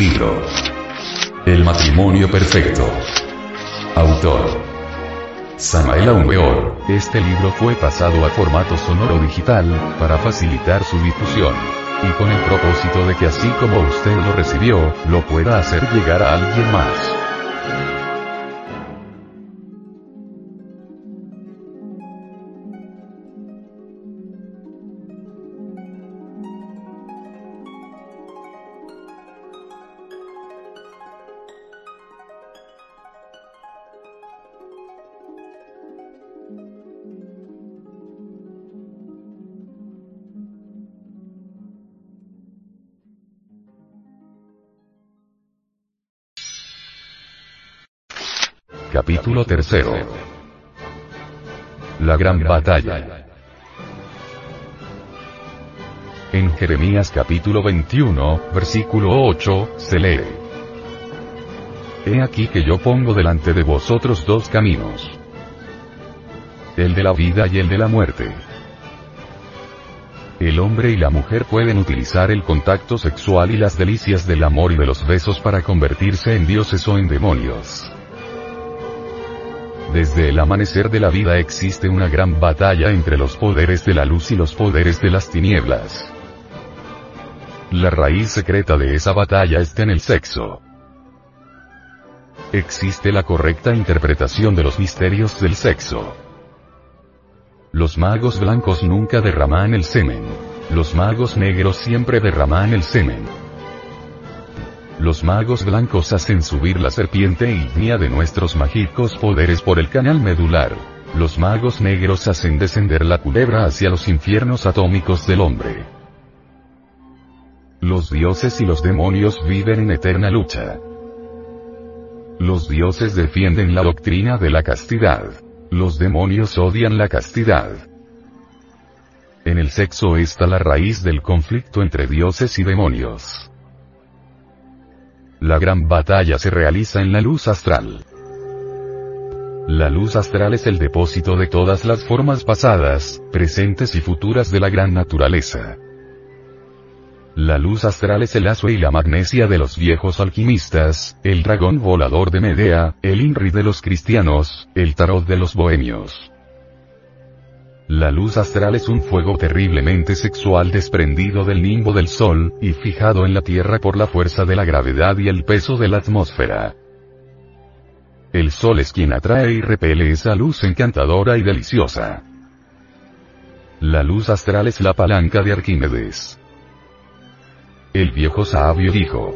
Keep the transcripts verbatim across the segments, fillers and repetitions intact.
libro. El matrimonio perfecto. Autor: Samael Aun Weor. Este libro fue pasado a formato sonoro digital, para facilitar su difusión. Y con el propósito de que así como usted lo recibió, lo pueda hacer llegar a alguien más. Capítulo tercero. La gran batalla. En Jeremías capítulo veintiuno, versículo ocho, se lee: He aquí que yo pongo delante de vosotros dos caminos, el de la vida y el de la muerte. El hombre y la mujer pueden utilizar el contacto sexual y las delicias del amor y de los besos para convertirse en dioses o en demonios. Desde el amanecer de la vida existe una gran batalla entre los poderes de la luz y los poderes de las tinieblas. La raíz secreta de esa batalla está en el sexo. Existe la correcta interpretación de los misterios del sexo. Los magos blancos nunca derraman el semen. Los magos negros siempre derraman el semen. Los magos blancos hacen subir la serpiente ígnea de nuestros mágicos poderes por el canal medular. Los magos negros hacen descender la culebra hacia los infiernos atómicos del hombre. Los dioses y los demonios viven en eterna lucha. Los dioses defienden la doctrina de la castidad. Los demonios odian la castidad. En el sexo está la raíz del conflicto entre dioses y demonios. La gran batalla se realiza en la luz astral. La luz astral es el depósito de todas las formas pasadas, presentes y futuras de la gran naturaleza. La luz astral es el azue y la magnesia de los viejos alquimistas, el dragón volador de Medea, el Inri de los cristianos, el tarot de los bohemios. La luz astral es un fuego terriblemente sexual desprendido del nimbo del sol, y fijado en la tierra por la fuerza de la gravedad y el peso de la atmósfera. El sol es quien atrae y repele esa luz encantadora y deliciosa. La luz astral es la palanca de Arquímedes. El viejo sabio dijo: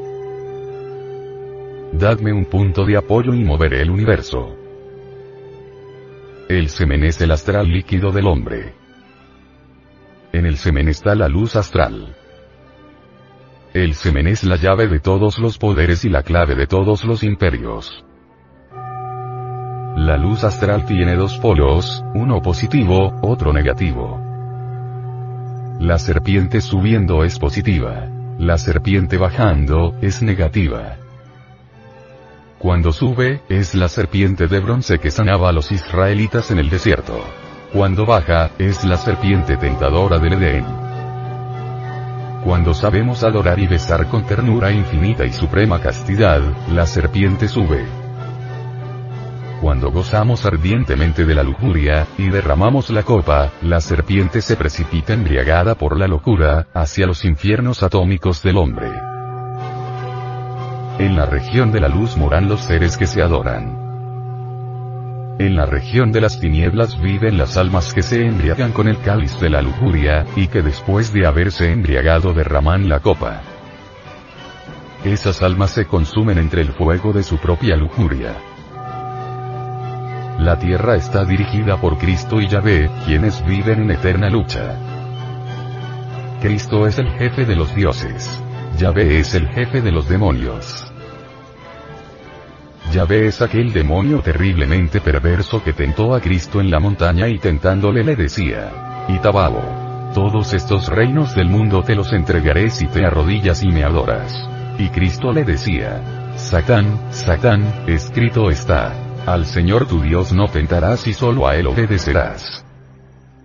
Dadme un punto de apoyo y moveré el universo. El semen es el astral líquido del hombre. En el semen está la luz astral. El semen es la llave de todos los poderes y la clave de todos los imperios. La luz astral tiene dos polos, uno positivo, otro negativo. La serpiente subiendo es positiva. La serpiente bajando, es negativa. Cuando sube, es la serpiente de bronce que sanaba a los israelitas en el desierto. Cuando baja, es la serpiente tentadora del Edén. Cuando sabemos adorar y besar con ternura infinita y suprema castidad, la serpiente sube. Cuando gozamos ardientemente de la lujuria, y derramamos la copa, la serpiente se precipita embriagada por la locura, hacia los infiernos atómicos del hombre. En la región de la luz moran los seres que se adoran. En la región de las tinieblas viven las almas que se embriagan con el cáliz de la lujuria, y que después de haberse embriagado derraman la copa. Esas almas se consumen entre el fuego de su propia lujuria. La tierra está dirigida por Cristo y Yahvé, quienes viven en eterna lucha. Cristo es el jefe de los dioses. Yahvé es el jefe de los demonios. Yahvé es aquel demonio terriblemente perverso que tentó a Cristo en la montaña y tentándole le decía: Itababo, todos estos reinos del mundo te los entregaré si te arrodillas y me adoras. Y Cristo le decía: Satán, Satán, escrito está, al Señor tu Dios no tentarás y solo a Él obedecerás.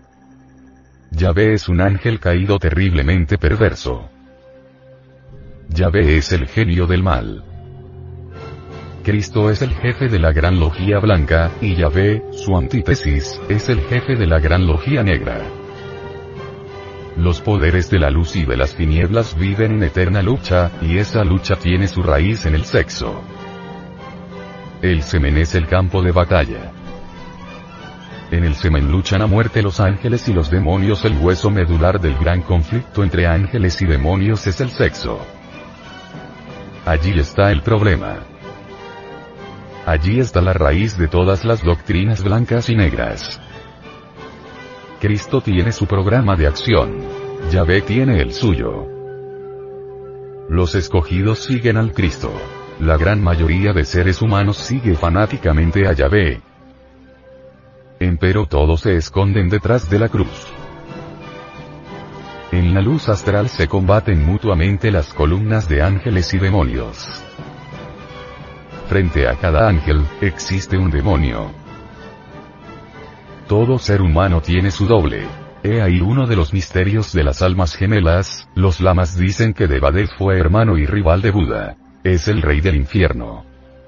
Yahvé es un ángel caído terriblemente perverso. Yahvé es el genio del mal. Cristo es el jefe de la gran logía blanca, y Yahvé, su antítesis, es el jefe de la gran logía negra. Los poderes de la luz y de las tinieblas viven en eterna lucha, y esa lucha tiene su raíz en el sexo. El semen es el campo de batalla. En el semen luchan a muerte los ángeles y los demonios. El hueso medular del gran conflicto entre ángeles y demonios es el sexo. Allí está el problema. Allí está la raíz de todas las doctrinas blancas y negras. Cristo tiene su programa de acción. Yahvé tiene el suyo. Los escogidos siguen al Cristo. La gran mayoría de seres humanos sigue fanáticamente a Yahvé. Empero todos se esconden detrás de la cruz. En la luz astral se combaten mutuamente las columnas de ángeles y demonios. Frente a cada ángel, existe un demonio. Todo ser humano tiene su doble. He ahí uno de los misterios de las almas gemelas. Los lamas dicen que Devadev fue hermano y rival de Buda. Es el rey del infierno.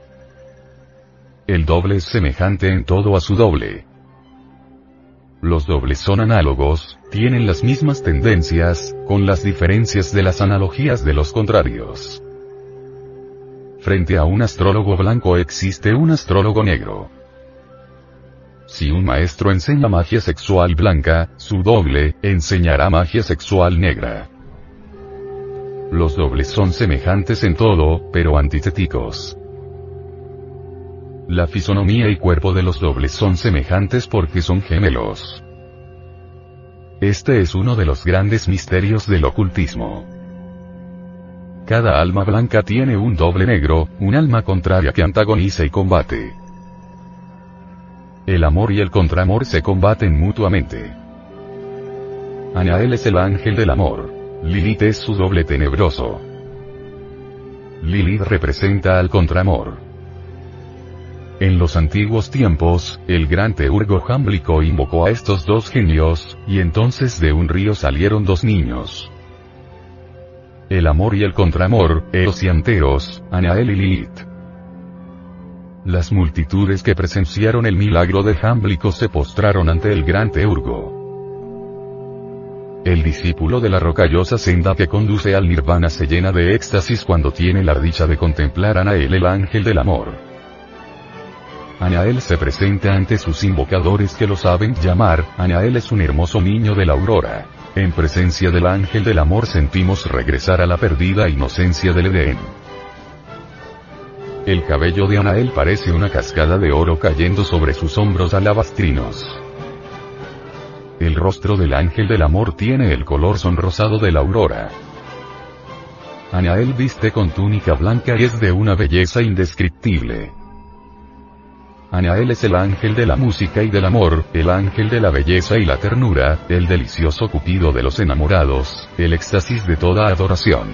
El doble es semejante en todo a su doble. Los dobles son análogos, tienen las mismas tendencias, con las diferencias de las analogías de los contrarios. Frente a un astrólogo blanco existe un astrólogo negro. Si un maestro enseña magia sexual blanca, su doble, enseñará magia sexual negra. Los dobles son semejantes en todo, pero antitéticos. La fisonomía y cuerpo de los dobles son semejantes porque son gemelos. Este es uno de los grandes misterios del ocultismo. Cada alma blanca tiene un doble negro, un alma contraria que antagoniza y combate. El amor y el contraamor se combaten mutuamente. Anael es el ángel del amor. Lilith es su doble tenebroso. Lilith representa al contraamor. En los antiguos tiempos, el gran teurgo Jámblico invocó a estos dos genios, y entonces de un río salieron dos niños. El amor y el contraamor, Eos y Anteos, Anael y Lilith. Las multitudes que presenciaron el milagro de Jámblico se postraron ante el gran teurgo. El discípulo de la rocallosa senda que conduce al nirvana se llena de éxtasis cuando tiene la dicha de contemplar a Anael, el ángel del amor. Anael se presenta ante sus invocadores que lo saben llamar. Anael es un hermoso niño de la aurora. En presencia del ángel del amor sentimos regresar a la perdida inocencia del Edén. El cabello de Anael parece una cascada de oro cayendo sobre sus hombros alabastrinos. El rostro del ángel del amor tiene el color sonrosado de la aurora. Anael viste con túnica blanca y es de una belleza indescriptible. Anael es el ángel de la música y del amor, el ángel de la belleza y la ternura, el delicioso cupido de los enamorados, el éxtasis de toda adoración.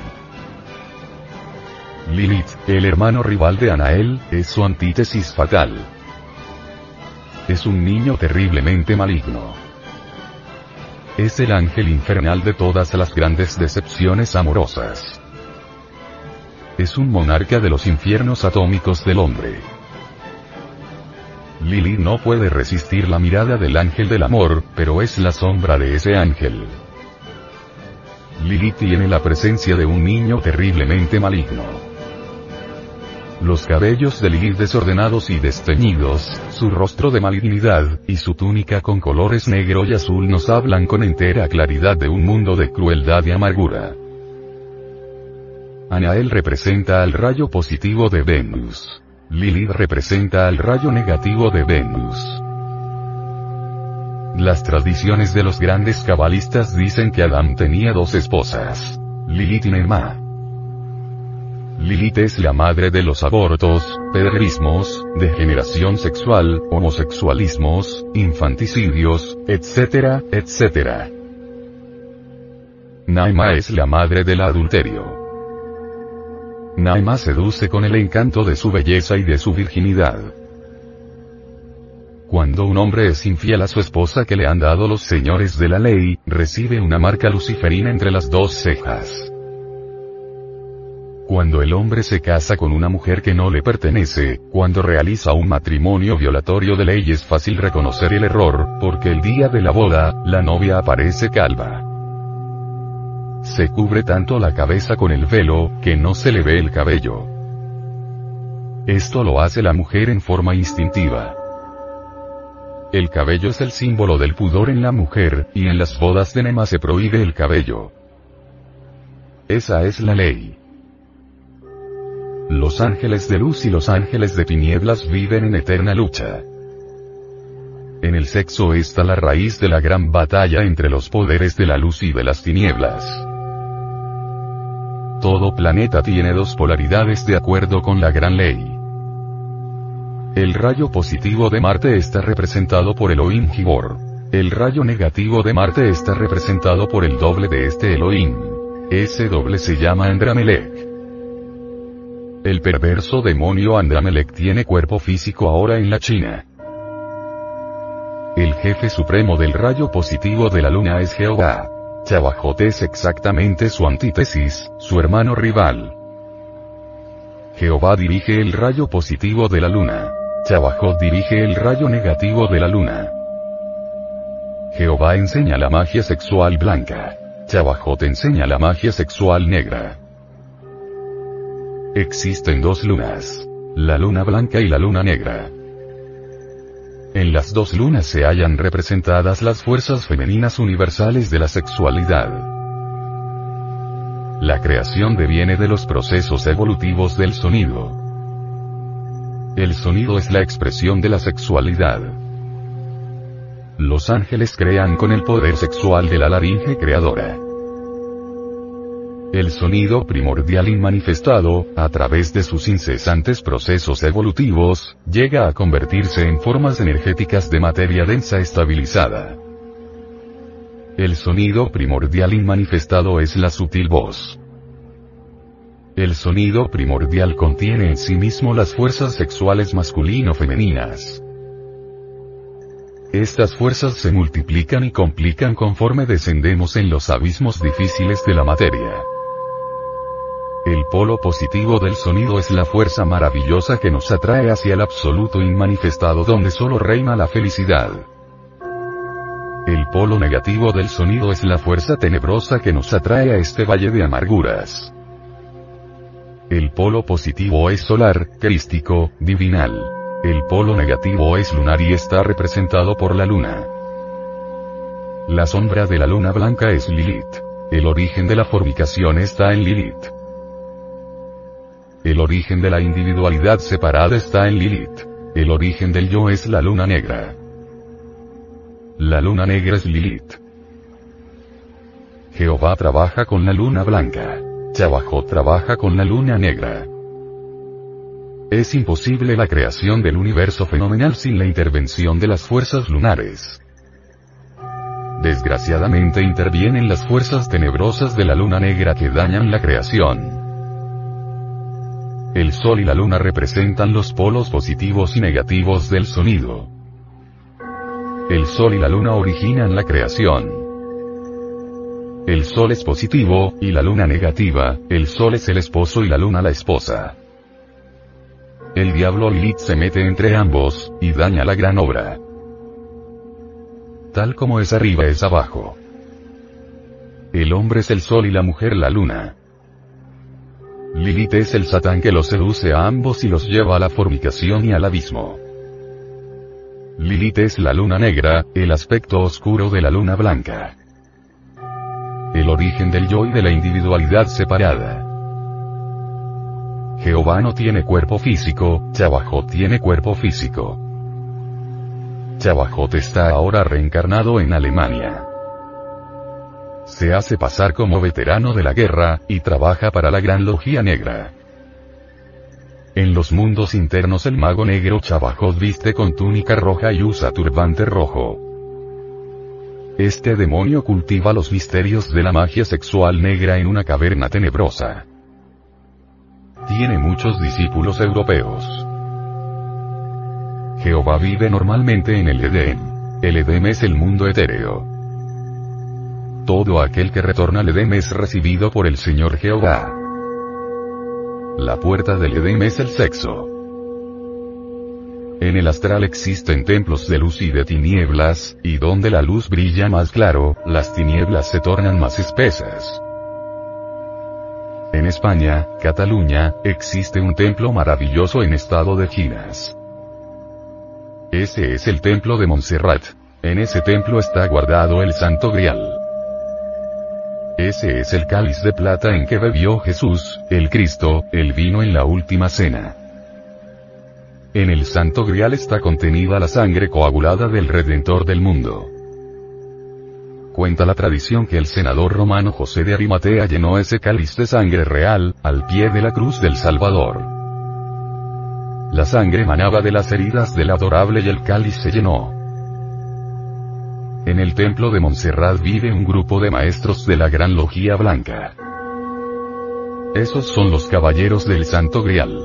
Lilith, el hermano rival de Anael, es su antítesis fatal. Es un niño terriblemente maligno. Es el ángel infernal de todas las grandes decepciones amorosas. Es un monarca de los infiernos atómicos del hombre. Lilith no puede resistir la mirada del ángel del amor, pero es la sombra de ese ángel. Lilith tiene la presencia de un niño terriblemente maligno. Los cabellos de Lilith desordenados y desteñidos, su rostro de malignidad, y su túnica con colores negro y azul nos hablan con entera claridad de un mundo de crueldad y amargura. Anael representa al rayo positivo de Venus. Lilith representa al rayo negativo de Venus. Las tradiciones de los grandes cabalistas dicen que Adán tenía dos esposas, Lilith y Nema. Lilith es la madre de los abortos, pedrerismos, degeneración sexual, homosexualismos, infanticidios, etcétera, etcétera. Naima es la madre del adulterio. Naima seduce con el encanto de su belleza y de su virginidad. Cuando un hombre es infiel a su esposa que le han dado los señores de la ley, recibe una marca luciferina entre las dos cejas. Cuando el hombre se casa con una mujer que no le pertenece, cuando realiza un matrimonio violatorio de ley, es fácil reconocer el error, porque el día de la boda, la novia aparece calva. Se cubre tanto la cabeza con el velo, que no se le ve el cabello. Esto lo hace la mujer en forma instintiva. El cabello es el símbolo del pudor en la mujer, y en las bodas de Nema se prohíbe el cabello. Esa es la ley. Los ángeles de luz y los ángeles de tinieblas viven en eterna lucha. En el sexo está la raíz de la gran batalla entre los poderes de la luz y de las tinieblas. Todo planeta tiene dos polaridades de acuerdo con la gran ley. El rayo positivo de Marte está representado por Elohim Gibor. El rayo negativo de Marte está representado por el doble de este Elohim. Ese doble se llama Andramelech. El perverso demonio Andramelech tiene cuerpo físico ahora en la China. El jefe supremo del rayo positivo de la luna es Jehová. Chabajote es exactamente su antítesis, su hermano rival. Jehová dirige el rayo positivo de la luna. Chabajot dirige el rayo negativo de la luna. Jehová enseña la magia sexual blanca. Chabajot enseña la magia sexual negra. Existen dos lunas. La luna blanca y la luna negra. En las dos lunas se hallan representadas las fuerzas femeninas universales de la sexualidad. La creación deviene de los procesos evolutivos del sonido. El sonido es la expresión de la sexualidad. Los ángeles crean con el poder sexual de la laringe creadora. El sonido primordial inmanifestado, a través de sus incesantes procesos evolutivos, llega a convertirse en formas energéticas de materia densa estabilizada. El sonido primordial inmanifestado es la sutil voz. El sonido primordial contiene en sí mismo las fuerzas sexuales masculino-femeninas. Estas fuerzas se multiplican y complican conforme descendemos en los abismos difíciles de la materia. El polo positivo del sonido es la fuerza maravillosa que nos atrae hacia el absoluto inmanifestado donde solo reina la felicidad. El polo negativo del sonido es la fuerza tenebrosa que nos atrae a este valle de amarguras. El polo positivo es solar, crístico, divinal. El polo negativo es lunar y está representado por la luna. La sombra de la luna blanca es Lilith. El origen de la fornicación está en Lilith. El origen de la individualidad separada está en Lilith. El origen del yo es la luna negra. La luna negra es Lilith. Jehová trabaja con la luna blanca. Chabajot trabaja con la luna negra. Es imposible la creación del universo fenomenal sin la intervención de las fuerzas lunares. Desgraciadamente intervienen las fuerzas tenebrosas de la luna negra que dañan la creación. El sol y la luna representan los polos positivos y negativos del sonido. El sol y la luna originan la creación. El sol es positivo, y la luna negativa. El sol es el esposo y la luna la esposa. El diablo Lilith se mete entre ambos, y daña la gran obra. Tal como es arriba es abajo. El hombre es el sol y la mujer la luna. Lilith es el Satán que los seduce a ambos y los lleva a la fornicación y al abismo. Lilith es la luna negra, el aspecto oscuro de la luna blanca. El origen del yo y de la individualidad separada. Jehová no tiene cuerpo físico, Chabajot tiene cuerpo físico. Chabajot está ahora reencarnado en Alemania. Se hace pasar como veterano de la guerra, y trabaja para la Gran Logia Negra. En los mundos internos el mago negro Chabajot viste con túnica roja y usa turbante rojo. Este demonio cultiva los misterios de la magia sexual negra en una caverna tenebrosa. Tiene muchos discípulos europeos. Jehová vive normalmente en el Edén. El Edén es el mundo etéreo. Todo aquel que retorna al Edén es recibido por el Señor Jehová. La puerta del Edén es el sexo. En el astral existen templos de luz y de tinieblas, y donde la luz brilla más claro, las tinieblas se tornan más espesas. En España, Cataluña, existe un templo maravilloso en estado de ginas. Ese es el templo de Montserrat. En ese templo está guardado el Santo Grial. Ese es el cáliz de plata en que bebió Jesús, el Cristo, el vino en la última cena. En el Santo Grial está contenida la sangre coagulada del Redentor del mundo. Cuenta la tradición que el senador romano José de Arimatea llenó ese cáliz de sangre real, al pie de la cruz del Salvador. La sangre manaba de las heridas del adorable y el cáliz se llenó. En el templo de Montserrat vive un grupo de maestros de la Gran Logia Blanca. Esos son los caballeros del Santo Grial.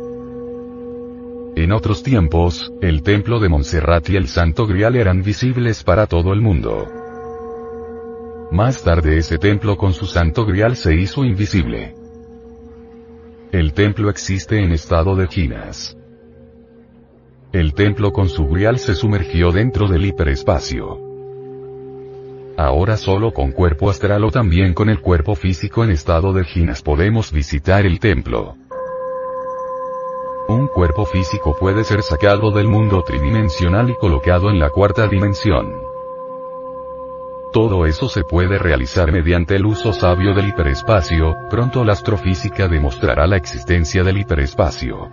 En otros tiempos, el templo de Montserrat y el Santo Grial eran visibles para todo el mundo. Más tarde ese templo con su Santo Grial se hizo invisible. El templo existe en estado de ginas. El templo con su Grial se sumergió dentro del hiperespacio. Ahora solo con cuerpo astral o también con el cuerpo físico en estado de ginas podemos visitar el templo. Un cuerpo físico puede ser sacado del mundo tridimensional y colocado en la cuarta dimensión. Todo eso se puede realizar mediante el uso sabio del hiperespacio. Pronto la astrofísica demostrará la existencia del hiperespacio.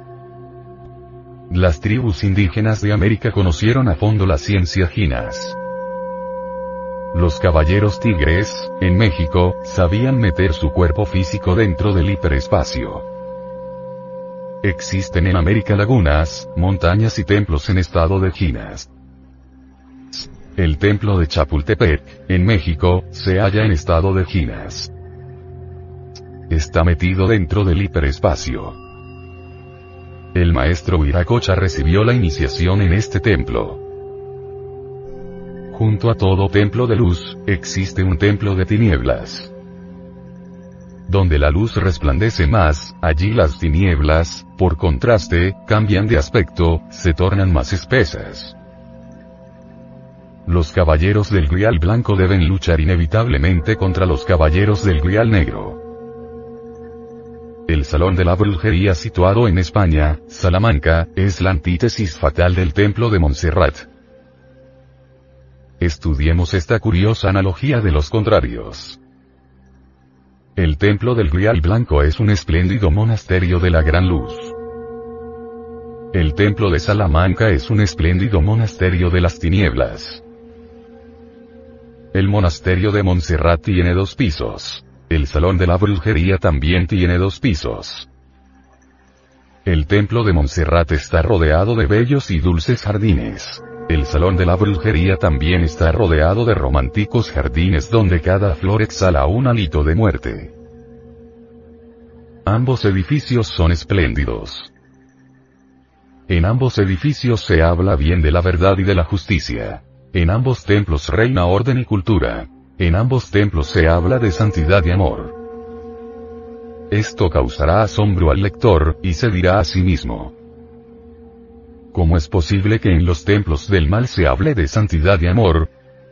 Las tribus indígenas de América conocieron a fondo la ciencia ginas. Los caballeros tigres, en México, sabían meter su cuerpo físico dentro del hiperespacio. Existen en América lagunas, montañas y templos en estado de ginas. El templo de Chapultepec, en México, se halla en estado de ginas. Está metido dentro del hiperespacio. El maestro Viracocha recibió la iniciación en este templo. Junto a todo templo de luz, existe un templo de tinieblas. Donde la luz resplandece más, allí las tinieblas, por contraste, cambian de aspecto, se tornan más espesas. Los caballeros del Grial blanco deben luchar inevitablemente contra los caballeros del Grial negro. El Salón de la Brujería situado en España, Salamanca, es la antítesis fatal del templo de Montserrat. Estudiemos esta curiosa analogía de los contrarios. El templo del Grial blanco es un espléndido monasterio de la gran luz. El templo de Salamanca es un espléndido monasterio de las tinieblas. El monasterio de Montserrat tiene dos pisos. El Salón de la Brujería también tiene dos pisos. El templo de Montserrat está rodeado de bellos y dulces jardines. El Salón de la Brujería también está rodeado de románticos jardines donde cada flor exhala un hálito de muerte. Ambos edificios son espléndidos. En ambos edificios se habla bien de la verdad y de la justicia. En ambos templos reina orden y cultura. En ambos templos se habla de santidad y amor. Esto causará asombro al lector, y se dirá a sí mismo: ¿cómo es posible que en los templos del mal se hable de santidad y amor?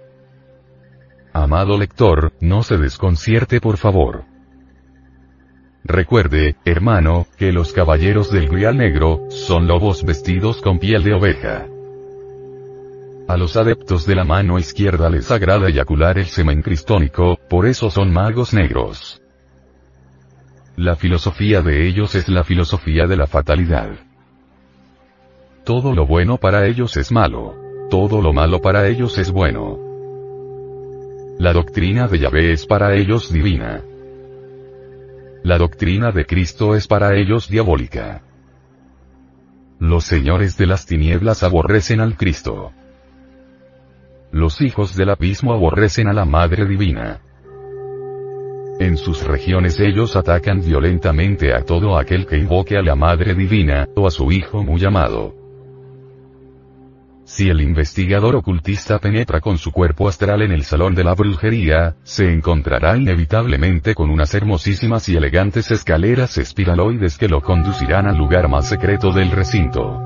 Amado lector, no se desconcierte por favor. Recuerde, hermano, que los caballeros del Grial negro son lobos vestidos con piel de oveja. A los adeptos de la mano izquierda les agrada eyacular el semen cristónico, por eso son magos negros. La filosofía de ellos es la filosofía de la fatalidad. Todo lo bueno para ellos es malo. Todo lo malo para ellos es bueno. La doctrina de Yahvé es para ellos divina. La doctrina de Cristo es para ellos diabólica. Los señores de las tinieblas aborrecen al Cristo. Los hijos del abismo aborrecen a la Madre Divina. En sus regiones ellos atacan violentamente a todo aquel que invoque a la Madre Divina, o a su Hijo muy amado. Si el investigador ocultista penetra con su cuerpo astral en el salón de la brujería, se encontrará inevitablemente con unas hermosísimas y elegantes escaleras espiraloides que lo conducirán al lugar más secreto del recinto.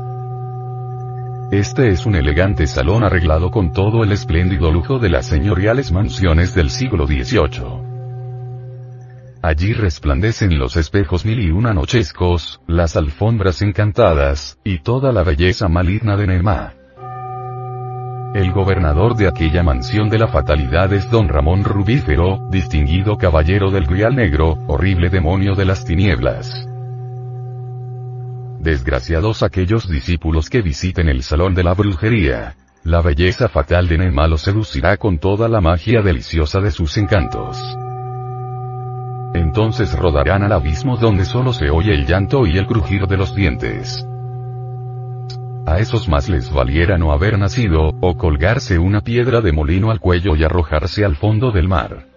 Este es un elegante salón arreglado con todo el espléndido lujo de las señoriales mansiones del siglo dieciocho. Allí resplandecen los espejos mil y una nochescos, las alfombras encantadas, y toda la belleza maligna de Nemá. El gobernador de aquella mansión de la fatalidad es don Ramón Rubífero, distinguido caballero del Grial Negro, horrible demonio de las tinieblas. Desgraciados aquellos discípulos que visiten el salón de la brujería. La belleza fatal de Nemá los seducirá con toda la magia deliciosa de sus encantos. Entonces rodarán al abismo donde solo se oye el llanto y el crujir de los dientes. A esos más les valiera no haber nacido, o colgarse una piedra de molino al cuello y arrojarse al fondo del mar.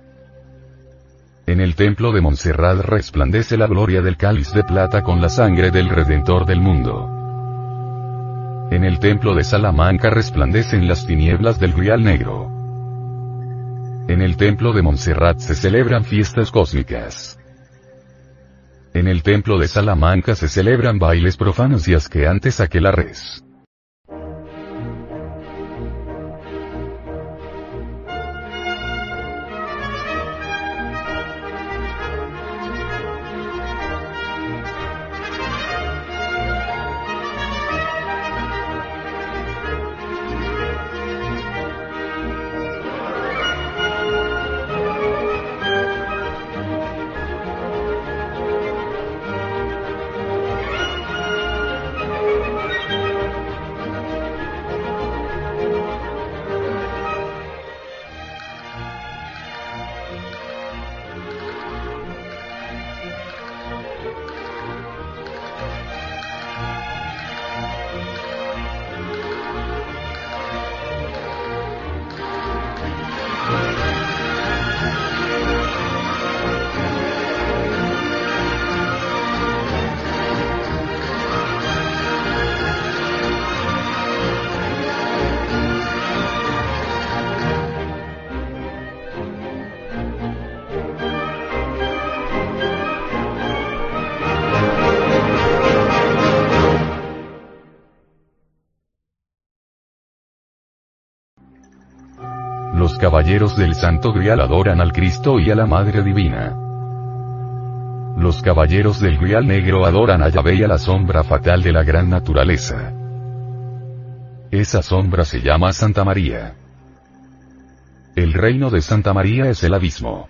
En el templo de Montserrat resplandece la gloria del cáliz de plata con la sangre del Redentor del mundo. En el templo de Salamanca resplandecen las tinieblas del Grial Negro. En el templo de Montserrat se celebran fiestas cósmicas. En el templo de Salamanca se celebran bailes profanos y asqueantes aquelarres. Los caballeros del Santo Grial adoran al Cristo y a la Madre Divina. Los caballeros del Grial Negro adoran a Yahvé y a la sombra fatal de la gran naturaleza. Esa sombra se llama Santa María. El reino de Santa María es el abismo.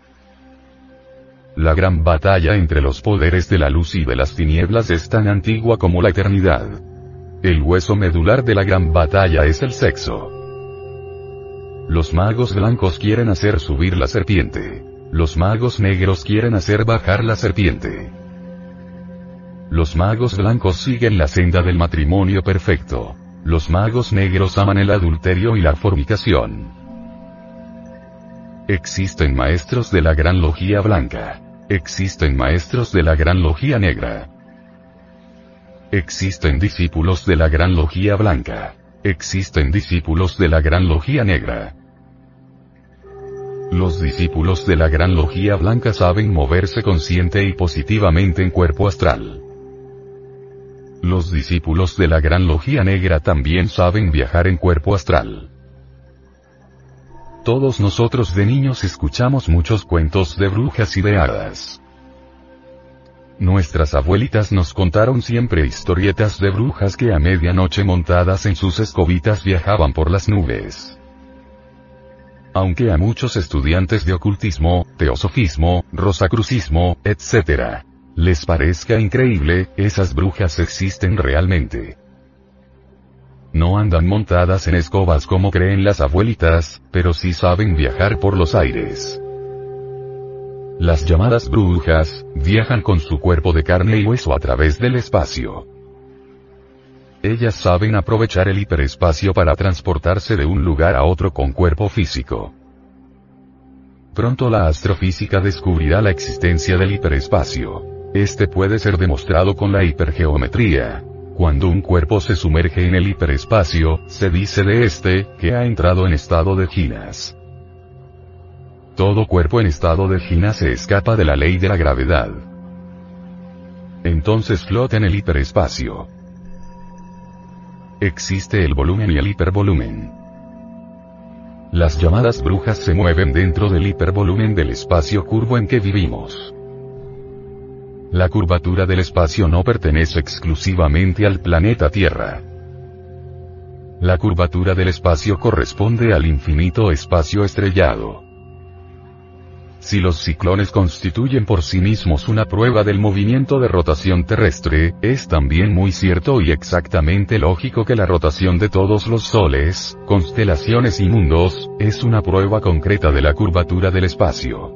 La gran batalla entre los poderes de la luz y de las tinieblas es tan antigua como la eternidad. El hueso medular de la gran batalla es el sexo. Los magos blancos quieren hacer subir la serpiente. Los magos negros quieren hacer bajar la serpiente. Los magos blancos siguen la senda del matrimonio perfecto. Los magos negros aman el adulterio y la fornicación. Existen maestros de la gran logía blanca. Existen maestros de la gran logía negra. Existen discípulos de la gran logía blanca. Existen discípulos de la gran logía negra. Los discípulos de la gran logía blanca saben moverse consciente y positivamente en cuerpo astral. Los discípulos de la gran logía negra también saben viajar en cuerpo astral. Todos nosotros de niños escuchamos muchos cuentos de brujas y de hadas. Nuestras abuelitas nos contaron siempre historietas de brujas que a medianoche montadas en sus escobitas viajaban por las nubes. Aunque a muchos estudiantes de ocultismo, teosofismo, rosacrucismo, etcétera, les parezca increíble, esas brujas existen realmente. No andan montadas en escobas como creen las abuelitas, pero sí saben viajar por los aires. Las llamadas brujas, viajan con su cuerpo de carne y hueso a través del espacio. Ellas saben aprovechar el hiperespacio para transportarse de un lugar a otro con cuerpo físico. Pronto la astrofísica descubrirá la existencia del hiperespacio. Este puede ser demostrado con la hipergeometría. Cuando un cuerpo se sumerge en el hiperespacio, se dice de este, que ha entrado en estado de ginas. Todo cuerpo en estado de ginas se escapa de la ley de la gravedad. Entonces flota en el hiperespacio. Existe el volumen y el hipervolumen. Las llamadas brujas se mueven dentro del hipervolumen del espacio curvo en que vivimos. La curvatura del espacio no pertenece exclusivamente al planeta Tierra. La curvatura del espacio corresponde al infinito espacio estrellado. Si los ciclones constituyen por sí mismos una prueba del movimiento de rotación terrestre, es también muy cierto y exactamente lógico que la rotación de todos los soles, constelaciones y mundos, es una prueba concreta de la curvatura del espacio.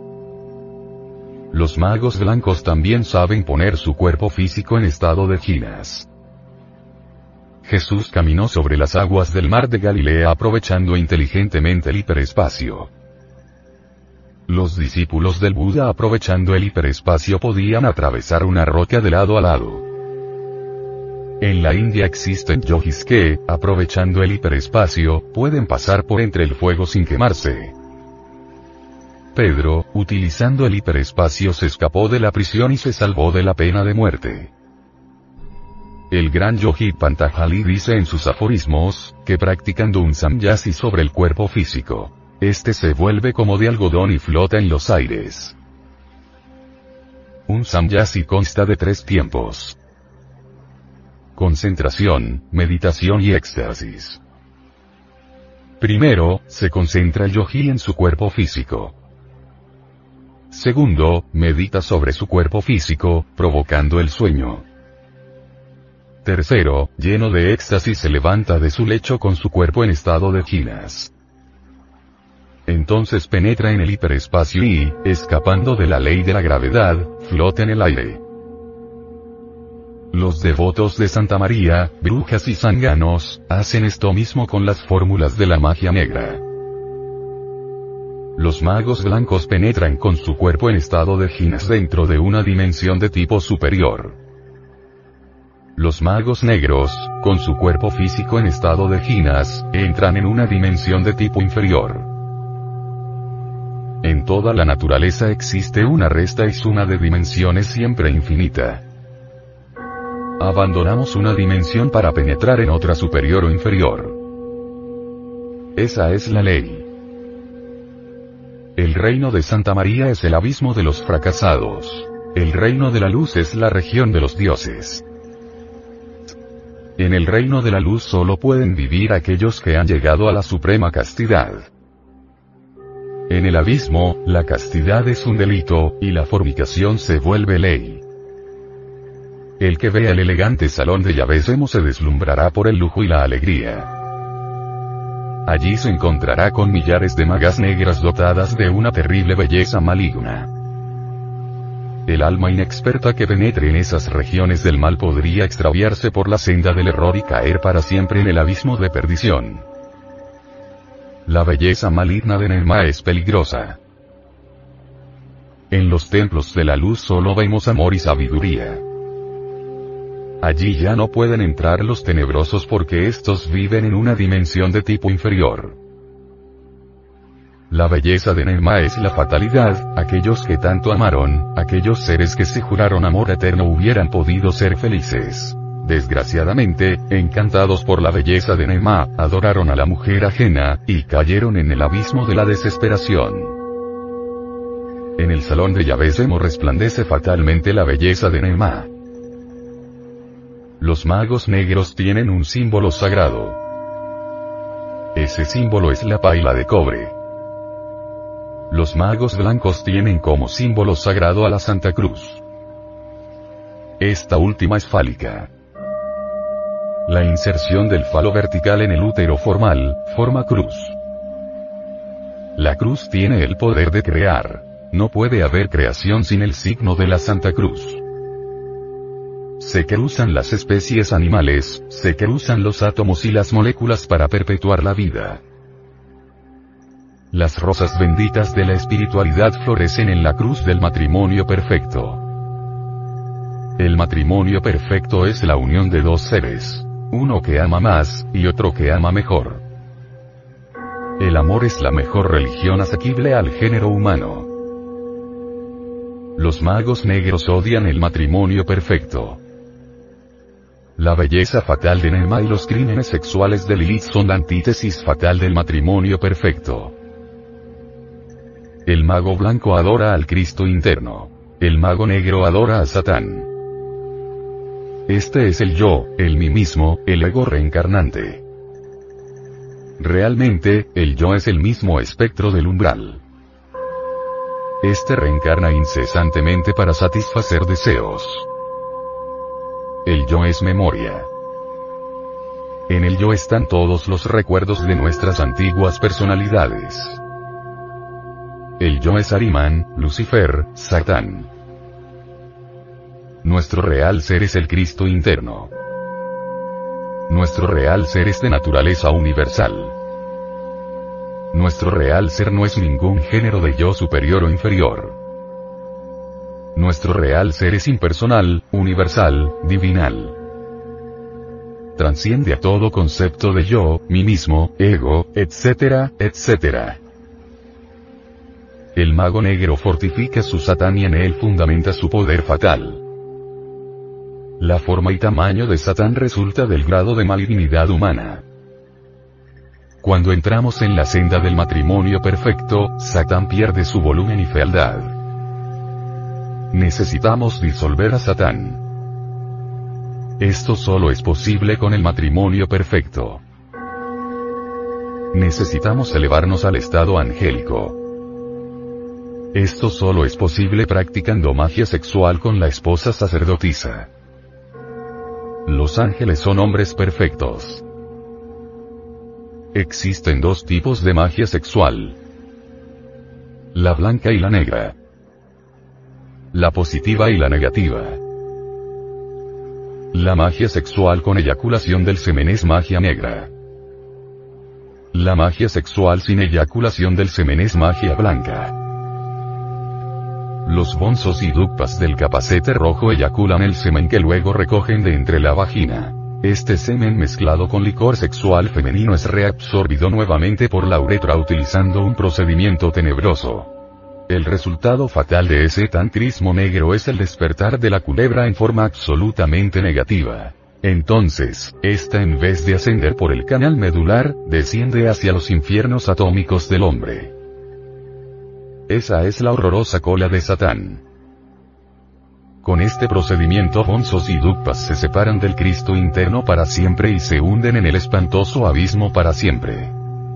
Los magos blancos también saben poner su cuerpo físico en estado de ginas. Jesús caminó sobre las aguas del mar de Galilea aprovechando inteligentemente el hiperespacio. Los discípulos del Buda aprovechando el hiperespacio podían atravesar una roca de lado a lado. En la India existen yogis que, aprovechando el hiperespacio, pueden pasar por entre el fuego sin quemarse. Pedro, utilizando el hiperespacio se escapó de la prisión y se salvó de la pena de muerte. El gran yogi Pantajali dice en sus aforismos, que practicando un samyasi sobre el cuerpo físico, este se vuelve como de algodón y flota en los aires. Un samyasi consta de tres tiempos: concentración, meditación y éxtasis. Primero, se concentra el yogi en su cuerpo físico. Segundo, medita sobre su cuerpo físico, provocando el sueño. Tercero, lleno de éxtasis se levanta de su lecho con su cuerpo en estado de ginas. Entonces penetra en el hiperespacio y, escapando de la ley de la gravedad, flota en el aire. Los devotos de Santa María, brujas y zánganos, hacen esto mismo con las fórmulas de la magia negra. Los magos blancos penetran con su cuerpo en estado de ginas dentro de una dimensión de tipo superior. Los magos negros, con su cuerpo físico en estado de ginas, entran en una dimensión de tipo inferior. En toda la naturaleza existe una resta y suma de dimensiones siempre infinita. Abandonamos una dimensión para penetrar en otra superior o inferior. Esa es la ley. El reino de Santa María es el abismo de los fracasados. El reino de la luz es la región de los dioses. En el reino de la luz solo pueden vivir aquellos que han llegado a la suprema castidad. En el abismo, la castidad es un delito, y la fornicación se vuelve ley. El que vea el elegante salón de Yavesemo se deslumbrará por el lujo y la alegría. Allí se encontrará con millares de magas negras dotadas de una terrible belleza maligna. El alma inexperta que penetre en esas regiones del mal podría extraviarse por la senda del error y caer para siempre en el abismo de perdición. La belleza maligna de Nema es peligrosa. En los templos de la luz solo vemos amor y sabiduría. Allí ya no pueden entrar los tenebrosos porque estos viven en una dimensión de tipo inferior. La belleza de Nema es la fatalidad, aquellos que tanto amaron, aquellos seres que se juraron amor eterno hubieran podido ser felices. Desgraciadamente, encantados por la belleza de Nema, adoraron a la mujer ajena, y cayeron en el abismo de la desesperación. En el salón de Yavesemo resplandece fatalmente la belleza de Nema. Los magos negros tienen un símbolo sagrado. Ese símbolo es la paila de cobre. Los magos blancos tienen como símbolo sagrado a la Santa Cruz. Esta última es fálica. La inserción del falo vertical en el útero formal, forma cruz. La cruz tiene el poder de crear. No puede haber creación sin el signo de la Santa Cruz. Se cruzan las especies animales, se cruzan los átomos y las moléculas para perpetuar la vida. Las rosas benditas de la espiritualidad florecen en la cruz del matrimonio perfecto. El matrimonio perfecto es la unión de dos seres. Uno que ama más, y otro que ama mejor. El amor es la mejor religión asequible al género humano. Los magos negros odian el matrimonio perfecto. La belleza fatal de Nema y los crímenes sexuales de Lilith son la antítesis fatal del matrimonio perfecto. El mago blanco adora al Cristo interno. El mago negro adora a Satán. Este es el yo, el mí mismo, el ego reencarnante. Realmente, el yo es el mismo espectro del umbral. Este reencarna incesantemente para satisfacer deseos. El yo es memoria. En el yo están todos los recuerdos de nuestras antiguas personalidades. El yo es Arimán, Lucifer, Satán. Nuestro real ser es el Cristo interno. Nuestro real ser es de naturaleza universal. Nuestro real ser no es ningún género de yo superior o inferior. Nuestro real ser es impersonal, universal, divinal. Transciende a todo concepto de yo, mí mismo, ego, etcétera, etcétera. El mago negro fortifica su Satán y en él fundamenta su poder fatal. La forma y tamaño de Satán resulta del grado de malignidad humana. Cuando entramos en la senda del matrimonio perfecto, Satán pierde su volumen y fealdad. Necesitamos disolver a Satán. Esto solo es posible con el matrimonio perfecto. Necesitamos elevarnos al estado angélico. Esto solo es posible practicando magia sexual con la esposa sacerdotisa. Los ángeles son hombres perfectos. Existen dos tipos de magia sexual. La blanca y la negra. La positiva y la negativa. La magia sexual con eyaculación del semen es magia negra. La magia sexual sin eyaculación del semen es magia blanca. Los bonzos y dukpas del capacete rojo eyaculan el semen que luego recogen de entre la vagina. Este semen mezclado con licor sexual femenino es reabsorbido nuevamente por la uretra utilizando un procedimiento tenebroso. El resultado fatal de ese tantrismo negro es el despertar de la culebra en forma absolutamente negativa. Entonces, esta en vez de ascender por el canal medular, desciende hacia los infiernos atómicos del hombre. Esa es la horrorosa cola de Satán. Con este procedimiento bonzos y dukpas se separan del Cristo interno para siempre y se hunden en el espantoso abismo para siempre.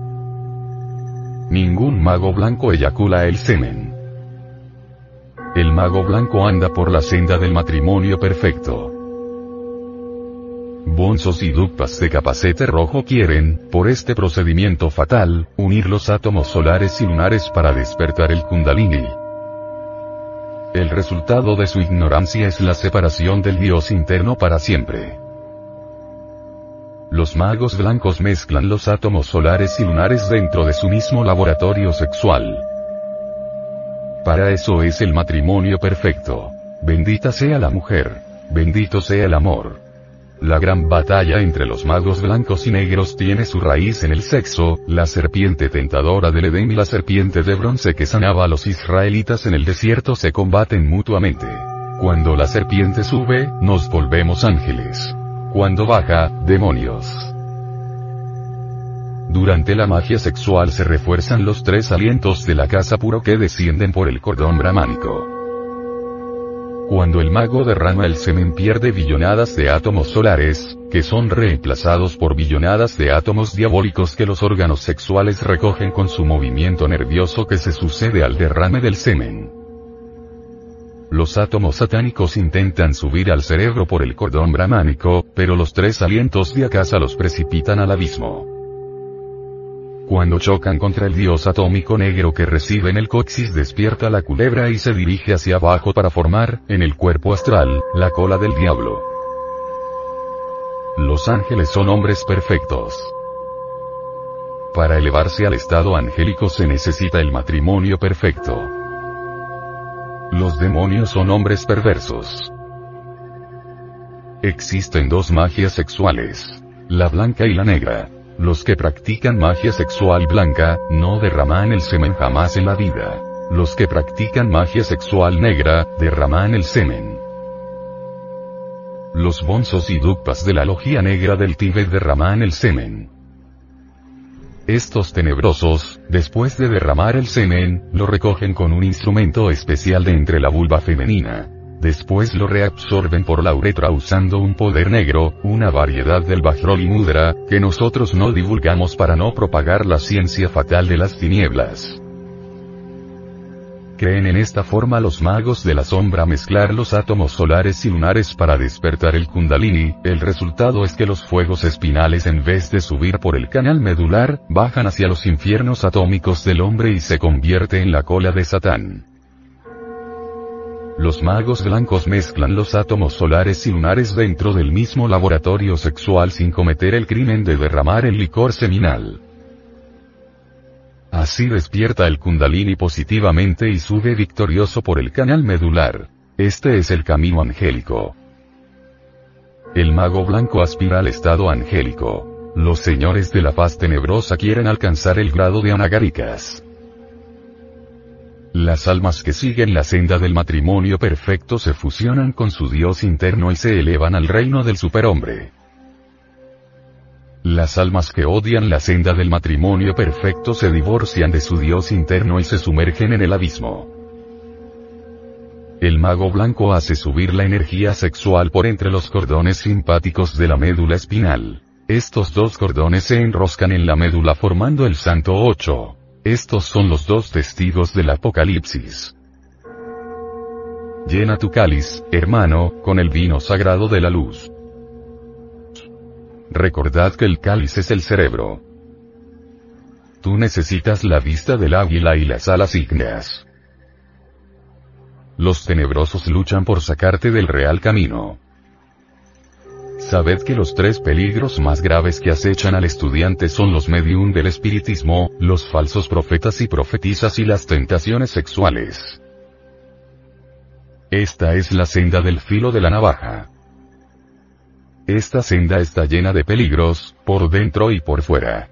Ningún mago blanco eyacula el semen. El mago blanco anda por la senda del matrimonio perfecto. Bonzos y dukpas de capacete rojo quieren, por este procedimiento fatal, unir los átomos solares y lunares para despertar el Kundalini. El resultado de su ignorancia es la separación del Dios interno para siempre. Los magos blancos mezclan los átomos solares y lunares dentro de su mismo laboratorio sexual. Para eso es el matrimonio perfecto. Bendita sea la mujer. Bendito sea el amor. La gran batalla entre los magos blancos y negros tiene su raíz en el sexo, la serpiente tentadora del Edén y la serpiente de bronce que sanaba a los israelitas en el desierto se combaten mutuamente. Cuando la serpiente sube, nos volvemos ángeles. Cuando baja, demonios. Durante la magia sexual se refuerzan los tres alientos de la casa puro que descienden por el cordón brahmánico. Cuando el mago derrama el semen pierde billonadas de átomos solares, que son reemplazados por billonadas de átomos diabólicos que los órganos sexuales recogen con su movimiento nervioso que se sucede al derrame del semen. Los átomos satánicos intentan subir al cerebro por el cordón brahmánico, pero los tres alientos de Akasa los precipitan al abismo. Cuando chocan contra el dios atómico negro que reside en el coxis despierta la culebra y se dirige hacia abajo para formar, en el cuerpo astral, la cola del diablo. Los ángeles son hombres perfectos. Para elevarse al estado angélico se necesita el matrimonio perfecto. Los demonios son hombres perversos. Existen dos magias sexuales. La blanca y la negra. Los que practican magia sexual blanca, no derraman el semen jamás en la vida. Los que practican magia sexual negra, derraman el semen. Los bonzos y dukpas de la logia negra del Tíbet derraman el semen. Estos tenebrosos, después de derramar el semen, lo recogen con un instrumento especial de entre la vulva femenina. Después lo reabsorben por la uretra usando un poder negro, una variedad del Vajroli Mudra, que nosotros no divulgamos para no propagar la ciencia fatal de las tinieblas. Creen en esta forma los magos de la sombra mezclar los átomos solares y lunares para despertar el Kundalini. El resultado es que los fuegos espinales, en vez de subir por el canal medular, bajan hacia los infiernos atómicos del hombre y se convierte en la cola de Satán. Los magos blancos mezclan los átomos solares y lunares dentro del mismo laboratorio sexual sin cometer el crimen de derramar el licor seminal. Así despierta el Kundalini positivamente y sube victorioso por el canal medular. Este es el camino angélico. El mago blanco aspira al estado angélico. Los señores de la paz tenebrosa quieren alcanzar el grado de anagárikas. Las almas que siguen la senda del matrimonio perfecto se fusionan con su Dios interno y se elevan al reino del superhombre. Las almas que odian la senda del matrimonio perfecto se divorcian de su Dios interno y se sumergen en el abismo. El mago blanco hace subir la energía sexual por entre los cordones simpáticos de la médula espinal. Estos dos cordones se enroscan en la médula formando el santo ocho. Estos son los dos testigos del Apocalipsis. Llena tu cáliz, hermano, con el vino sagrado de la luz. Recordad que el cáliz es el cerebro. Tú necesitas la vista del águila y las alas ígneas. Los tenebrosos luchan por sacarte del real camino. Sabed que los tres peligros más graves que acechan al estudiante son los medium del espiritismo, los falsos profetas y profetisas y las tentaciones sexuales. Esta es la senda del filo de la navaja. Esta senda está llena de peligros, por dentro y por fuera.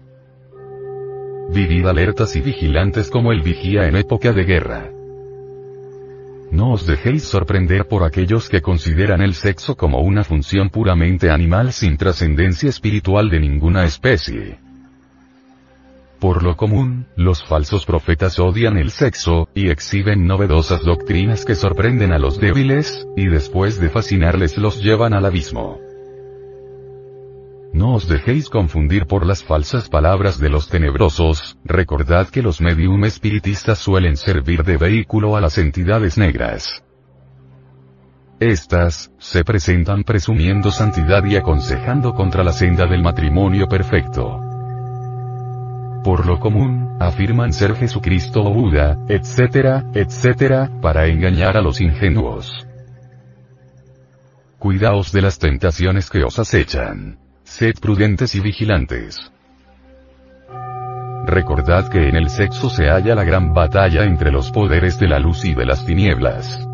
Vivid alertas y vigilantes como el vigía en época de guerra. No os dejéis sorprender por aquellos que consideran el sexo como una función puramente animal sin trascendencia espiritual de ninguna especie. Por lo común, los falsos profetas odian el sexo, y exhiben novedosas doctrinas que sorprenden a los débiles, y después de fascinarles los llevan al abismo. No os dejéis confundir por las falsas palabras de los tenebrosos, recordad que los medium espiritistas suelen servir de vehículo a las entidades negras. Estas, se presentan presumiendo santidad y aconsejando contra la senda del matrimonio perfecto. Por lo común, afirman ser Jesucristo o Buda, etcétera, etcétera, para engañar a los ingenuos. Cuidaos de las tentaciones que os acechan. Sed prudentes y vigilantes. Recordad que en el sexo se halla la gran batalla entre los poderes de la luz y de las tinieblas.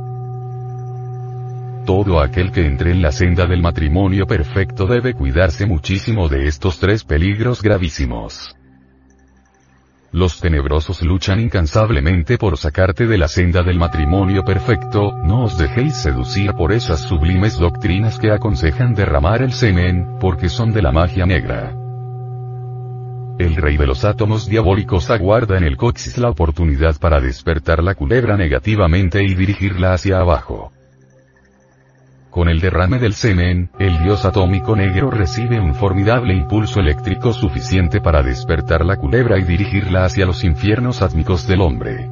Todo aquel que entre en la senda del matrimonio perfecto debe cuidarse muchísimo de estos tres peligros gravísimos. Los tenebrosos luchan incansablemente por sacarte de la senda del matrimonio perfecto, no os dejéis seducir por esas sublimes doctrinas que aconsejan derramar el semen, porque son de la magia negra. El rey de los átomos diabólicos aguarda en el coxis la oportunidad para despertar la culebra negativamente y dirigirla hacia abajo. Con el derrame del semen, el dios atómico negro recibe un formidable impulso eléctrico suficiente para despertar la culebra y dirigirla hacia los infiernos átmicos del hombre.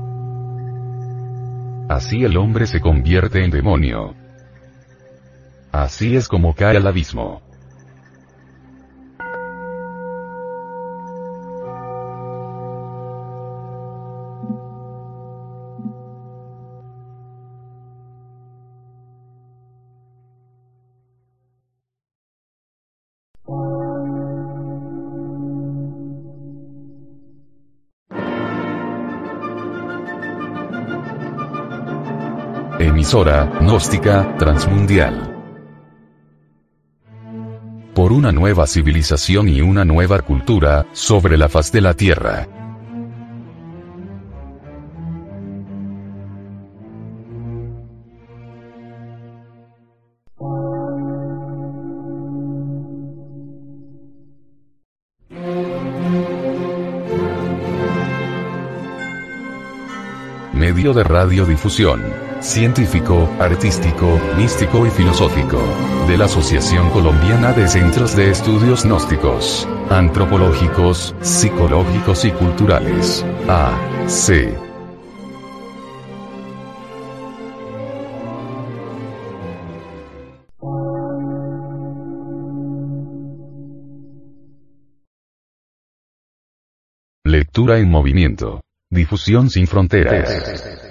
Así el hombre se convierte en demonio. Así es como cae al abismo. Emisora gnóstica transmundial. por una nueva civilización y una nueva cultura, sobre la faz de la Tierra. Medio de radiodifusión, científico, artístico, místico y filosófico, de la Asociación Colombiana de Centros de Estudios Gnósticos, Antropológicos, Psicológicos y Culturales, A C Lectura en movimiento. Difusión sin fronteras.